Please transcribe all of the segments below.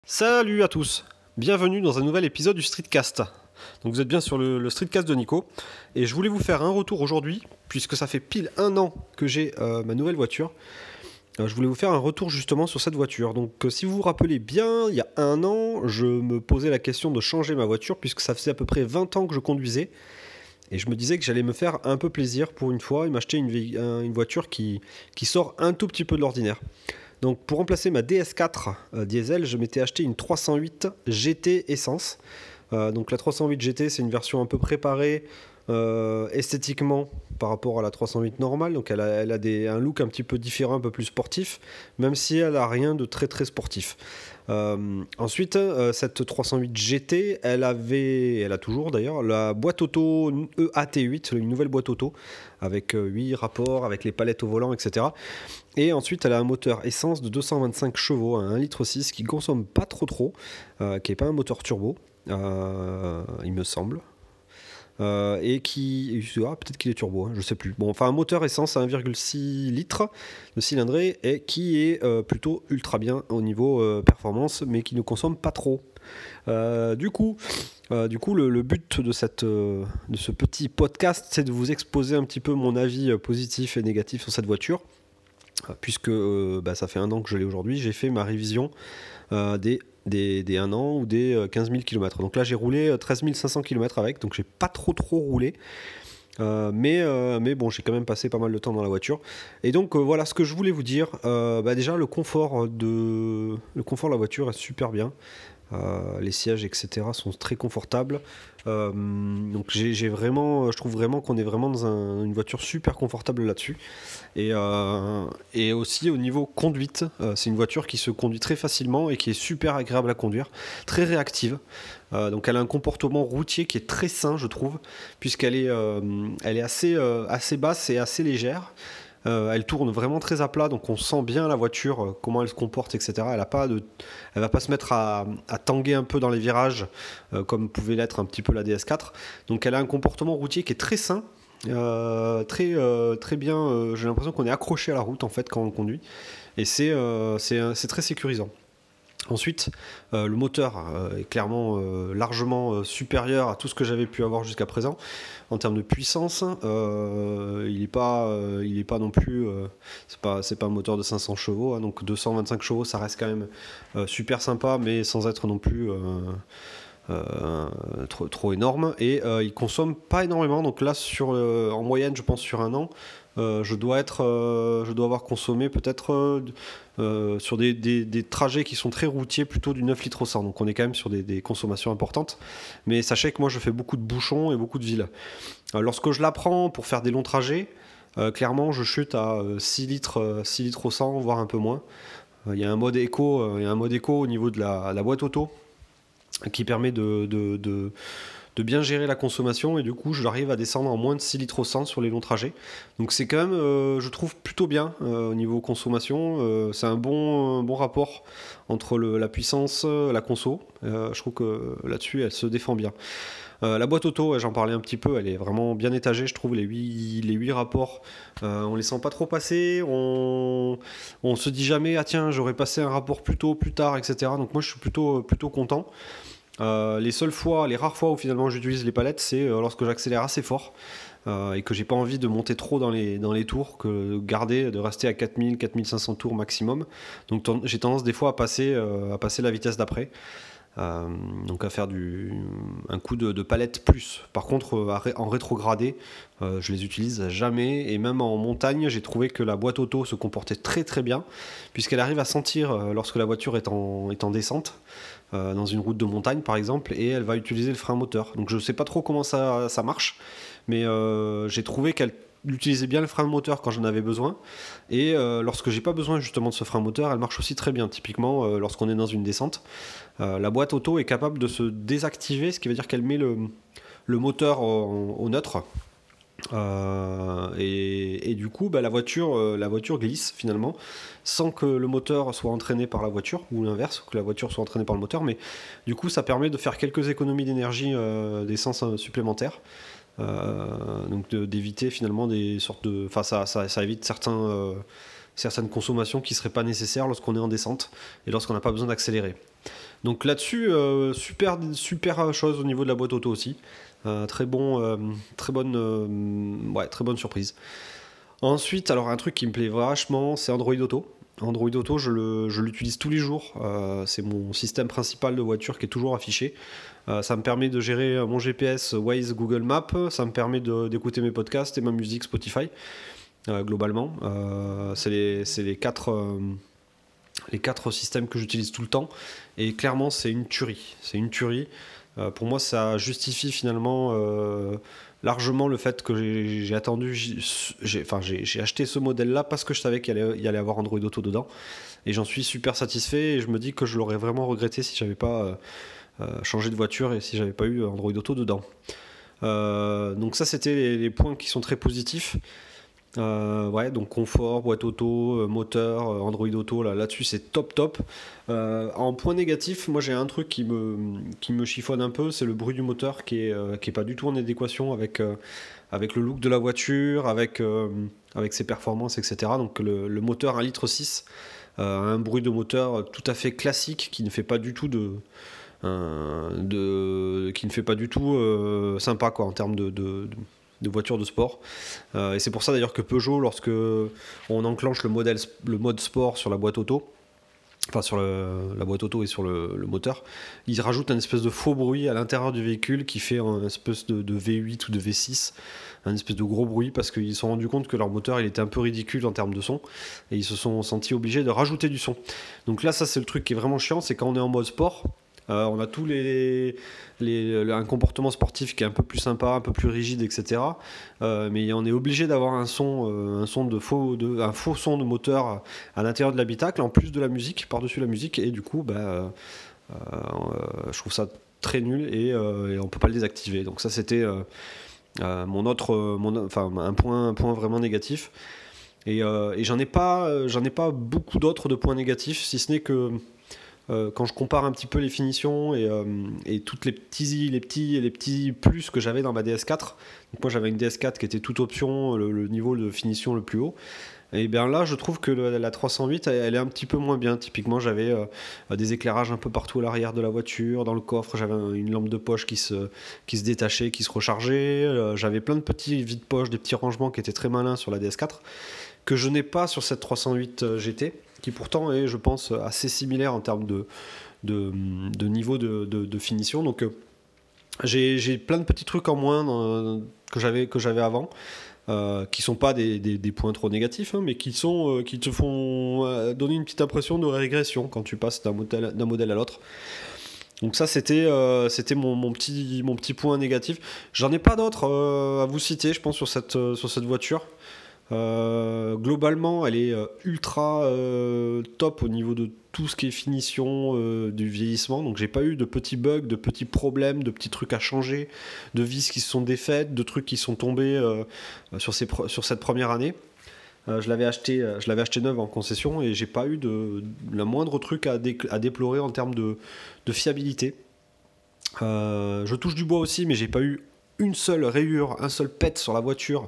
Salut à tous, bienvenue dans un nouvel épisode du Streetcast. Donc vous êtes bien sur le Streetcast de Nico, et je voulais vous faire un retour aujourd'hui, puisque ça fait pile un an que j'ai ma nouvelle voiture. Je voulais vous faire un retour justement sur cette voiture. Donc si vous vous rappelez bien, il y a un an, je me posais la question de changer ma voiture, puisque ça faisait à peu près 20 ans que je conduisais, et je me disais que j'allais me faire un peu plaisir pour une fois, et m'acheter une voiture qui sort un tout petit peu de l'ordinaire. Donc pour remplacer ma DS4 diesel, je m'étais acheté une 308 GT essence. Donc la 308 GT, c'est une version un peu préparée esthétiquement par rapport à la 308 normale. Donc elle a un look un petit peu différent, un peu plus sportif, même si elle a rien de très très sportif. Ensuite, cette 308 GT, elle a toujours d'ailleurs la boîte auto EAT8, une nouvelle boîte auto avec 8 rapports, avec les palettes au volant, etc. Et ensuite, elle a un moteur essence de 225 chevaux, un 1,6 litre qui consomme pas trop, qui n'est pas un moteur turbo, il me semble. Et qui. Peut-être qu'il est turbo, je sais plus. Bon, enfin, un moteur essence à 1,6 litre de cylindrée et qui est plutôt ultra bien au niveau performance, mais qui ne consomme pas trop. Du coup, le but de ce petit podcast, c'est de vous exposer un petit peu mon avis positif et négatif sur cette voiture. Puisque ça fait un an que je l'ai aujourd'hui, j'ai fait ma révision des 1 an ou des 15 000 km. Donc là, j'ai roulé 13 500 km avec, donc j'ai pas trop roulé. Mais bon, j'ai quand même passé pas mal de temps dans la voiture. Et donc voilà ce que je voulais vous dire. Déjà, le confort de la voiture est super bien. Les sièges, etc. sont très confortables. Donc je trouve vraiment qu'on est vraiment dans une voiture super confortable là-dessus. Et aussi au niveau conduite, c'est une voiture qui se conduit très facilement et qui est super agréable à conduire, très réactive. Donc elle a un comportement routier qui est très sain, je trouve, puisqu'elle est assez basse et assez légère. Elle tourne vraiment très à plat, donc on sent bien la voiture, comment elle se comporte, etc. Elle va pas se mettre à tanguer un peu dans les virages, comme pouvait l'être un petit peu la DS4. Donc elle a un comportement routier qui est très sain, très bien. J'ai l'impression qu'on est accroché à la route en fait quand on conduit, et c'est très sécurisant. Ensuite, le moteur est clairement largement supérieur à tout ce que j'avais pu avoir jusqu'à présent en termes de puissance. Il n'est pas non plus, c'est pas un moteur de 500 chevaux, hein, donc 225 chevaux, ça reste quand même super sympa, mais sans être non plus trop énorme. Et il consomme pas énormément. Donc là, en moyenne, je pense sur un an, je dois avoir consommé peut-être sur des trajets qui sont très routiers, plutôt du 9 litres au 100. Donc on est quand même sur des consommations importantes. Mais sachez que moi je fais beaucoup de bouchons et beaucoup de villes. Lorsque je la prends pour faire des longs trajets, clairement je chute à 6 litres au 100, voire un peu moins. Il y a un mode éco au niveau de la boîte auto qui permet de bien gérer la consommation, et du coup j'arrive à descendre en moins de 6 litres au 100 sur les longs trajets. Donc c'est quand même, je trouve, plutôt bien au niveau consommation. C'est un bon rapport entre la puissance, la conso. Je trouve que là-dessus elle se défend bien. La boîte auto, j'en parlais un petit peu, elle est vraiment bien étagée, je trouve. Les 8 rapports, on les sent pas trop passer. On se dit jamais, ah tiens, j'aurais passé un rapport plus tôt, plus tard, etc. Donc moi je suis plutôt content. Les rares fois où finalement j'utilise les palettes, c'est lorsque j'accélère assez fort et que j'ai pas envie de monter trop dans les tours, de rester à 4000, 4500 tours maximum. Donc j'ai tendance des fois à passer la vitesse d'après. Donc à faire un coup de palette plus. Par contre, en rétrogradé, je les utilise jamais, et même en montagne, j'ai trouvé que la boîte auto se comportait très très bien, puisqu'elle arrive à sentir lorsque la voiture est en descente, dans une route de montagne par exemple, et elle va utiliser le frein moteur. Donc je sais pas trop comment ça marche, mais j'ai trouvé qu'elle utilisait bien le frein moteur quand j'en avais besoin, et lorsque j'ai pas besoin justement de ce frein moteur, elle marche aussi très bien. Typiquement lorsqu'on est dans une descente, la boîte auto est capable de se désactiver, ce qui veut dire qu'elle met le moteur au neutre, et du coup la voiture glisse finalement sans que le moteur soit entraîné par la voiture, ou l'inverse, que la voiture soit entraînée par le moteur. Mais du coup ça permet de faire quelques économies d'énergie, d'essence supplémentaires. Donc d'éviter finalement des sortes de... Enfin ça évite certaines consommations qui ne seraient pas nécessaires lorsqu'on est en descente et lorsqu'on n'a pas besoin d'accélérer. Donc là-dessus, super chose au niveau de la boîte auto aussi. Très bonne surprise. Ensuite, alors un truc qui me plaît vachement, c'est Android Auto. Android Auto, je l'utilise tous les jours. C'est mon système principal de voiture qui est toujours affiché. Ça me permet de gérer mon GPS, Waze, Google Maps. Ça me permet d'écouter mes podcasts et ma musique Spotify. Globalement, c'est les quatre systèmes que j'utilise tout le temps. Et clairement, c'est une tuerie. C'est une tuerie. Pour moi, ça justifie finalement largement le fait que j'ai attendu. J'ai acheté ce modèle-là parce que je savais qu'il y allait avoir Android Auto dedans. Et j'en suis super satisfait. Et je me dis que je l'aurais vraiment regretté si j'avais pas changé de voiture et si j'avais pas eu Android Auto dedans. Donc ça, c'était les points qui sont très positifs. Donc confort, boîte auto, moteur, Android Auto, là-dessus c'est top. En point négatif, moi j'ai un truc qui me chiffonne un peu, c'est le bruit du moteur qui est pas du tout en adéquation avec le look de la voiture, avec ses performances, etc. Donc le moteur 1,6 litre a un bruit de moteur tout à fait classique qui ne fait pas du tout sympa quoi, en termes de voitures de sport. Et c'est pour ça d'ailleurs que Peugeot, lorsque on enclenche le mode sport sur la boîte auto, enfin sur la boîte auto et sur le moteur, ils rajoutent un espèce de faux bruit à l'intérieur du véhicule qui fait un espèce de V8 ou de V6, un espèce de gros bruit, parce qu'ils se sont rendus compte que leur moteur il était un peu ridicule en termes de son, et ils se sont sentis obligés de rajouter du son. Donc là, ça c'est le truc qui est vraiment chiant, c'est quand on est en mode sport, on a tous un comportement sportif qui est un peu plus sympa, un peu plus rigide, etc. Mais on est obligé d'avoir un faux son de moteur à l'intérieur de l'habitacle, en plus de la musique, par-dessus la musique, et du coup, je trouve ça très nul et on peut pas le désactiver. Donc ça, c'était un point vraiment négatif. Et j'en ai pas beaucoup d'autres de points négatifs, si ce n'est que quand je compare un petit peu les finitions et toutes les petits plus que j'avais dans ma DS4. Donc moi j'avais une DS4 qui était toute option, le niveau de finition le plus haut. Et bien là, je trouve que la 308, elle est un petit peu moins bien. Typiquement, j'avais des éclairages un peu partout à l'arrière de la voiture, dans le coffre, j'avais une lampe de poche qui se détachait, qui se rechargeait. J'avais plein de petits vides-poches, des petits rangements qui étaient très malins sur la DS4, que je n'ai pas sur cette 308 GT, qui pourtant est, je pense, assez similaire en termes de niveau de finition. Donc j'ai plein de petits trucs en moins que j'avais avant. Qui sont pas des points trop négatifs, hein, mais qui te font donner une petite impression de régression quand tu passes d'un modèle à l'autre. Donc ça, c'était mon petit point négatif. J'en ai pas d'autres à vous citer, je pense, sur cette voiture. Globalement, elle est ultra top au niveau de tout ce qui est finition du vieillissement. Donc j'ai pas eu de petits bugs, de petits problèmes, de petits trucs à changer, de vis qui se sont défaites, de trucs qui sont tombés sur cette première année. Je l'avais acheté neuve en concession et j'ai pas eu le moindre truc à déplorer en termes de fiabilité. Je touche du bois aussi, mais j'ai pas eu une seule rayure, un seul pet sur la voiture,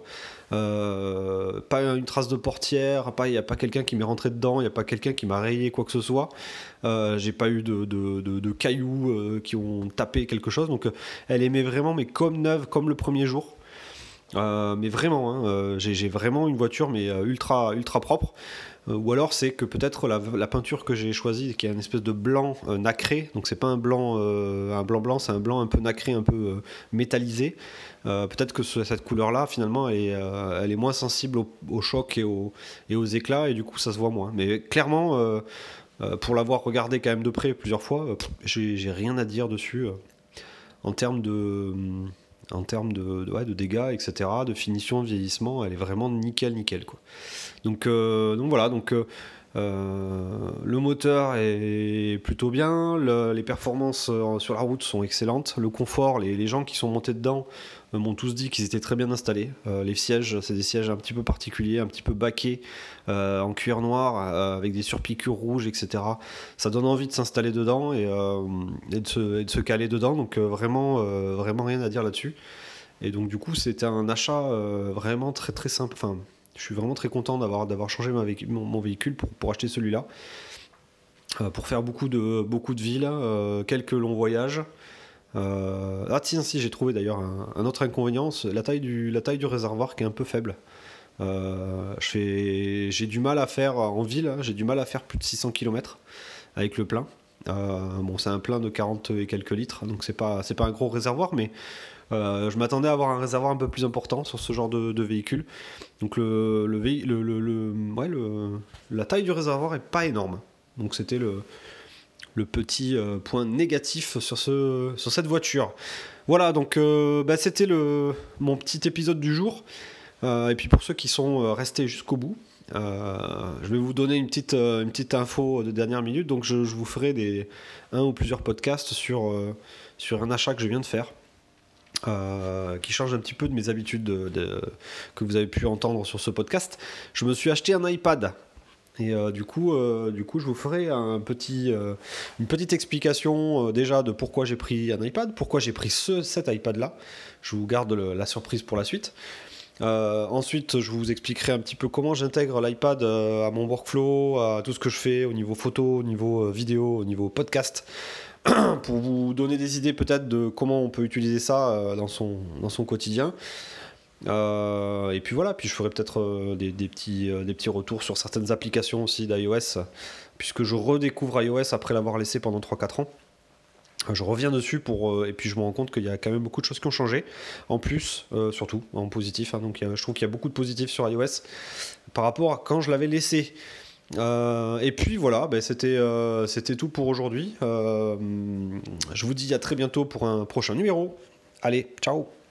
pas une trace de portière, il n'y a pas quelqu'un qui m'est rentré dedans, il n'y a pas quelqu'un qui m'a rayé quoi que ce soit, j'ai pas eu de cailloux qui ont tapé quelque chose, donc elle aimait vraiment, mais comme neuve, comme le premier jour. Mais vraiment, hein, j'ai vraiment une voiture mais ultra propre. Ou alors c'est que peut-être la peinture que j'ai choisie, qui est une espèce de blanc nacré, donc c'est pas un blanc blanc, c'est un blanc un peu nacré, un peu métallisé. Peut-être que cette couleur-là, finalement, elle est moins sensible au choc et aux éclats, et du coup ça se voit moins. Mais clairement, pour l'avoir regardé quand même de près plusieurs fois, j'ai rien à dire dessus en termes de dégâts, etc., de finition, de vieillissement. Elle est vraiment nickel quoi. Donc voilà, le moteur est plutôt bien, les performances sur la route sont excellentes, le confort, les gens qui sont montés dedans m'ont tous dit qu'ils étaient très bien installés. Les sièges, c'est des sièges un petit peu particuliers, un petit peu baquets, en cuir noir, avec des surpiqûres rouges, etc. Ça donne envie de s'installer dedans et de se caler dedans, donc vraiment rien à dire là-dessus. Et donc du coup c'était un achat vraiment très très simple. Enfin, je suis vraiment très content d'avoir changé mon véhicule pour acheter celui-là. pour faire beaucoup de villes, quelques longs voyages. Tiens, si, j'ai trouvé d'ailleurs un autre inconvénient, c'est la taille du réservoir qui est un peu faible. J'ai du mal à faire en ville, hein, j'ai du mal à faire plus de 600 km avec le plein. Bon, c'est un plein de 40 et quelques litres, donc c'est pas un gros réservoir, mais je m'attendais à avoir un réservoir un peu plus important sur ce genre de véhicule. Donc la taille du réservoir est pas énorme. Donc c'était le petit point négatif sur cette voiture. Voilà, donc c'était mon petit épisode du jour. Et puis pour ceux qui sont restés jusqu'au bout, je vais vous donner une petite info de dernière minute. Donc je vous ferai un ou plusieurs podcasts sur un achat que je viens de faire. Qui change un petit peu de mes habitudes que vous avez pu entendre sur ce podcast. Je me suis acheté un iPad. Et du coup, je vous ferai une petite explication déjà de pourquoi j'ai pris un iPad, pourquoi j'ai pris cet iPad-là. Je vous garde la surprise pour la suite. Ensuite, je vous expliquerai un petit peu comment j'intègre l'iPad à mon workflow, à tout ce que je fais au niveau photo, au niveau vidéo, au niveau podcast, pour vous donner des idées peut-être de comment on peut utiliser ça dans son quotidien. Et puis voilà, puis je ferai peut-être des petits retours sur certaines applications aussi d'iOS, puisque je redécouvre iOS après l'avoir laissé pendant 3-4 ans. Je reviens dessus et puis je me rends compte qu'il y a quand même beaucoup de choses qui ont changé, en plus, surtout en positif, hein, donc je trouve qu'il y a beaucoup de positifs sur iOS par rapport à quand je l'avais laissé. Et puis voilà, c'était tout pour aujourd'hui. Je vous dis à très bientôt pour un prochain numéro. Allez, ciao!